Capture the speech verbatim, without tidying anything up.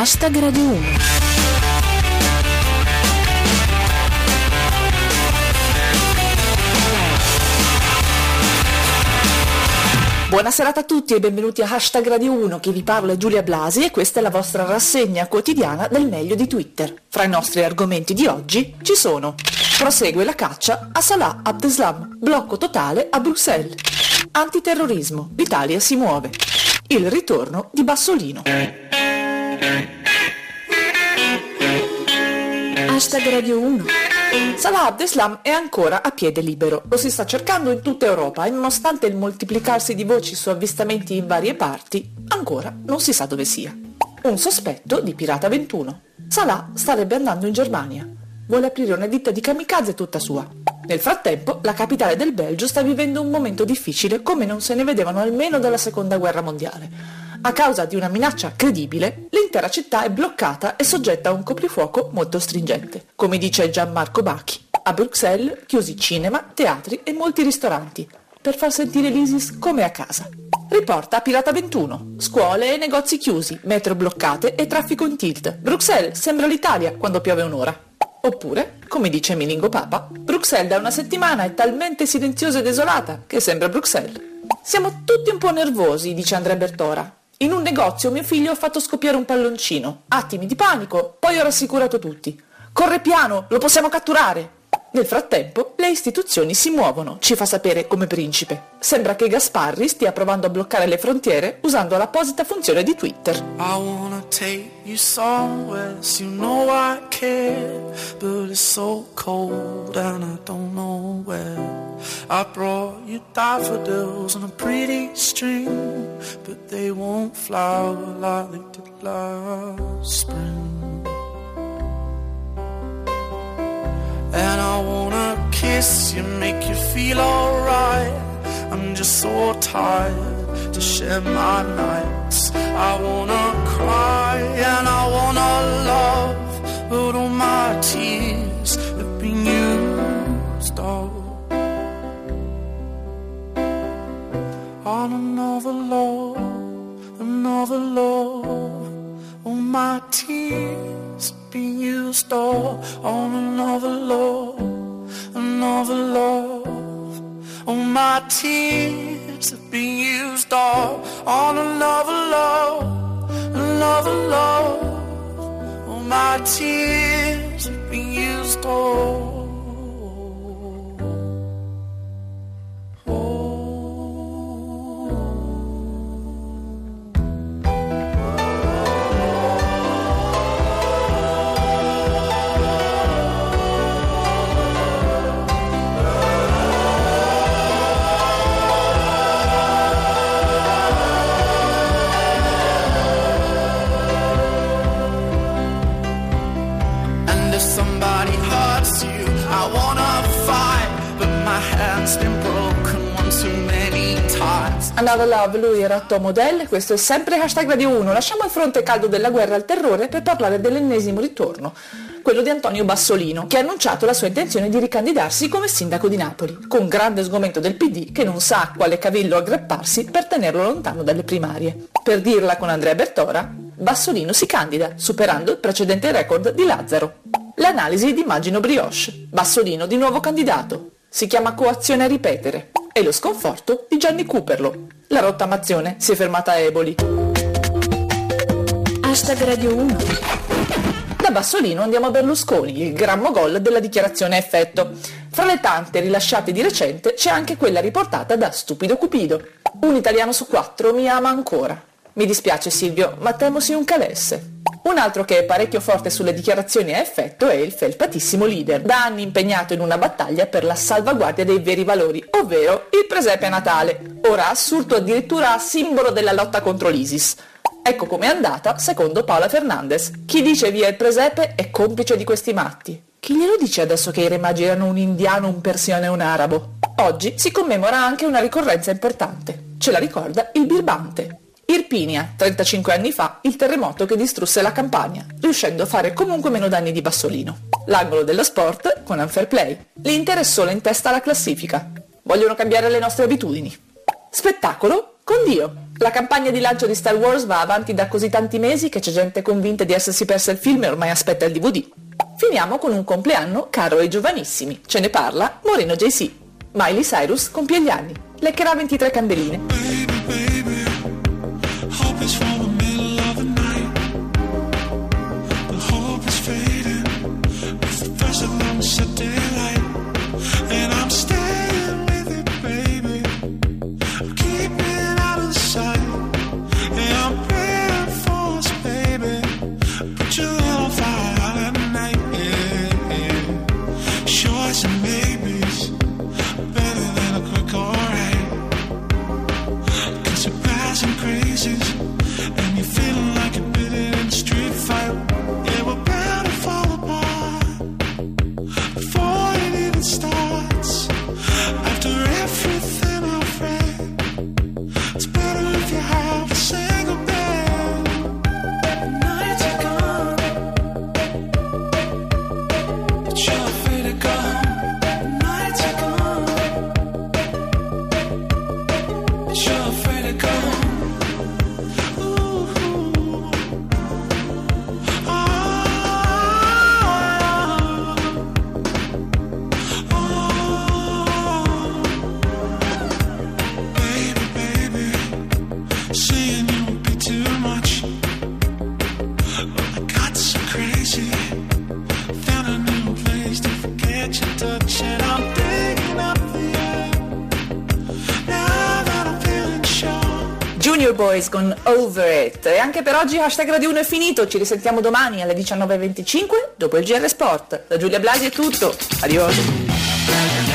Hashtag Radio uno. Buona serata a tutti e benvenuti a Hashtag Radio uno, che vi parla è Giulia Blasi e questa è la vostra rassegna quotidiana del meglio di Twitter. Fra i nostri argomenti di oggi ci sono: prosegue la caccia a Salah Abdeslam, blocco totale a Bruxelles, antiterrorismo, l'Italia si muove, il ritorno di Bassolino. Hashtag Radio uno. Salah Abdeslam è ancora a piede libero, lo si sta cercando in tutta Europa e nonostante il moltiplicarsi di voci su avvistamenti in varie parti, ancora non si sa dove sia. Un sospetto di Pirata ventuno. Salah starebbe andando in Germania. Vuole aprire una ditta di kamikaze tutta sua. Nel frattempo, la capitale del Belgio sta vivendo un momento difficile come non se ne vedevano almeno dalla seconda guerra mondiale. A causa di una minaccia credibile, l'intera città è bloccata e soggetta a un coprifuoco molto stringente. Come dice Gianmarco Bacchi, a Bruxelles chiusi cinema, teatri e molti ristoranti, per far sentire l'ISIS come a casa. Riporta Pirata ventuno. Scuole e negozi chiusi, metro bloccate e traffico in tilt. Bruxelles sembra l'Italia quando piove un'ora. Oppure, come dice Milingo Papa, Bruxelles da una settimana è talmente silenziosa e desolata che sembra Bruxelles. Siamo tutti un po' nervosi, dice Andrea Bertora. In un negozio mio figlio ha fatto scoppiare un palloncino. Attimi di panico, poi ho rassicurato tutti. Corre piano, lo possiamo catturare. Nel frattempo, le istituzioni si muovono, ci fa sapere come principe. Sembra che Gasparri stia provando a bloccare le frontiere usando l'apposita funzione di Twitter. I wanna take you somewhere, so you know I care, but it's so cold and I don't know where. I brought you daffodils on a pretty string, but they won't flower like they did last spring. And I wanna kiss you, make you feel alright. I'm just so tired to share my nights. I wanna cry and I wanna love, but all my tears have been used up on another love, another love. All my tears have been used up on another love, another love. All my tears have been used up on another love, another love. All my tears have been used up. Another Love, lui era Tom Odell, questo è sempre Hashtag Radio uno. Lasciamo il fronte caldo della guerra al terrore per parlare dell'ennesimo ritorno, quello di Antonio Bassolino, che ha annunciato la sua intenzione di ricandidarsi come sindaco di Napoli, con grande sgomento del P D che non sa a quale cavillo aggrapparsi per tenerlo lontano dalle primarie. Per dirla con Andrea Bertora, Bassolino si candida, superando il precedente record di Lazzaro. L'analisi di Immagino Brioche, Bassolino di nuovo candidato, si chiama coazione a ripetere. E lo sconforto di Gianni Cooperlo. La rottamazione si è fermata a Eboli. Hashtag Radio uno. Da Bassolino andiamo a Berlusconi, il gran mogol della dichiarazione a effetto. Fra le tante rilasciate di recente c'è anche quella riportata da Stupido Cupido. Un italiano su quattro mi ama ancora. Mi dispiace Silvio, ma temo sia un calesse. Un altro che è parecchio forte sulle dichiarazioni a effetto è il felpatissimo leader, da anni impegnato in una battaglia per la salvaguardia dei veri valori, ovvero il presepe a Natale, ora assurto addirittura a simbolo della lotta contro l'ISIS. Ecco com'è andata secondo Paola Fernandez. Chi dice via il presepe è complice di questi matti. Chi glielo dice adesso che i re magi erano un indiano, un persiano e un arabo? Oggi si commemora anche una ricorrenza importante. Ce la ricorda il birbante. Irpinia, trentacinque anni fa, il terremoto che distrusse la Campania, riuscendo a fare comunque meno danni di Bassolino. L'angolo dello sport con Unfair Play. L'Inter è solo in testa alla classifica. Vogliono cambiare le nostre abitudini. Spettacolo con Dio. La campagna di lancio di Star Wars va avanti da così tanti mesi che c'è gente convinta di essersi persa il film e ormai aspetta il D V D. Finiamo con un compleanno caro ai giovanissimi. Ce ne parla Moreno J C. Miley Cyrus compie gli anni. Leccherà ventitré candeline. Baby, baby, hope is for the middle of the night. The hope is fading with the first of them set daylight. And I'm staying with it, baby. I'm keeping out of sight. And I'm praying for us, baby. Put your little fire out at night, yeah, yeah. Shorts and maybes, better than a quick alright. Cause you're passing crazies, and you're feeling like you're bitter in a street fight. Yeah, we're bound to fall apart before it even starts. After everything I've read, it's better if you have a single bed. The nights are gone, but you're afraid to go. The nights are gone, but you're afraid to go. Ooh, oh, oh. Baby, baby, seeing you would be too much. I got so crazy, found a new place to forget your touch, and I'm digging up the air. Now that I'm feeling sure. Junior Boys con Over It. E anche per oggi hashtag Radio uno è finito. Ci risentiamo domani alle diciannove e venticinque dopo il G R Sport. Da Giulia Blasi è tutto. Adios.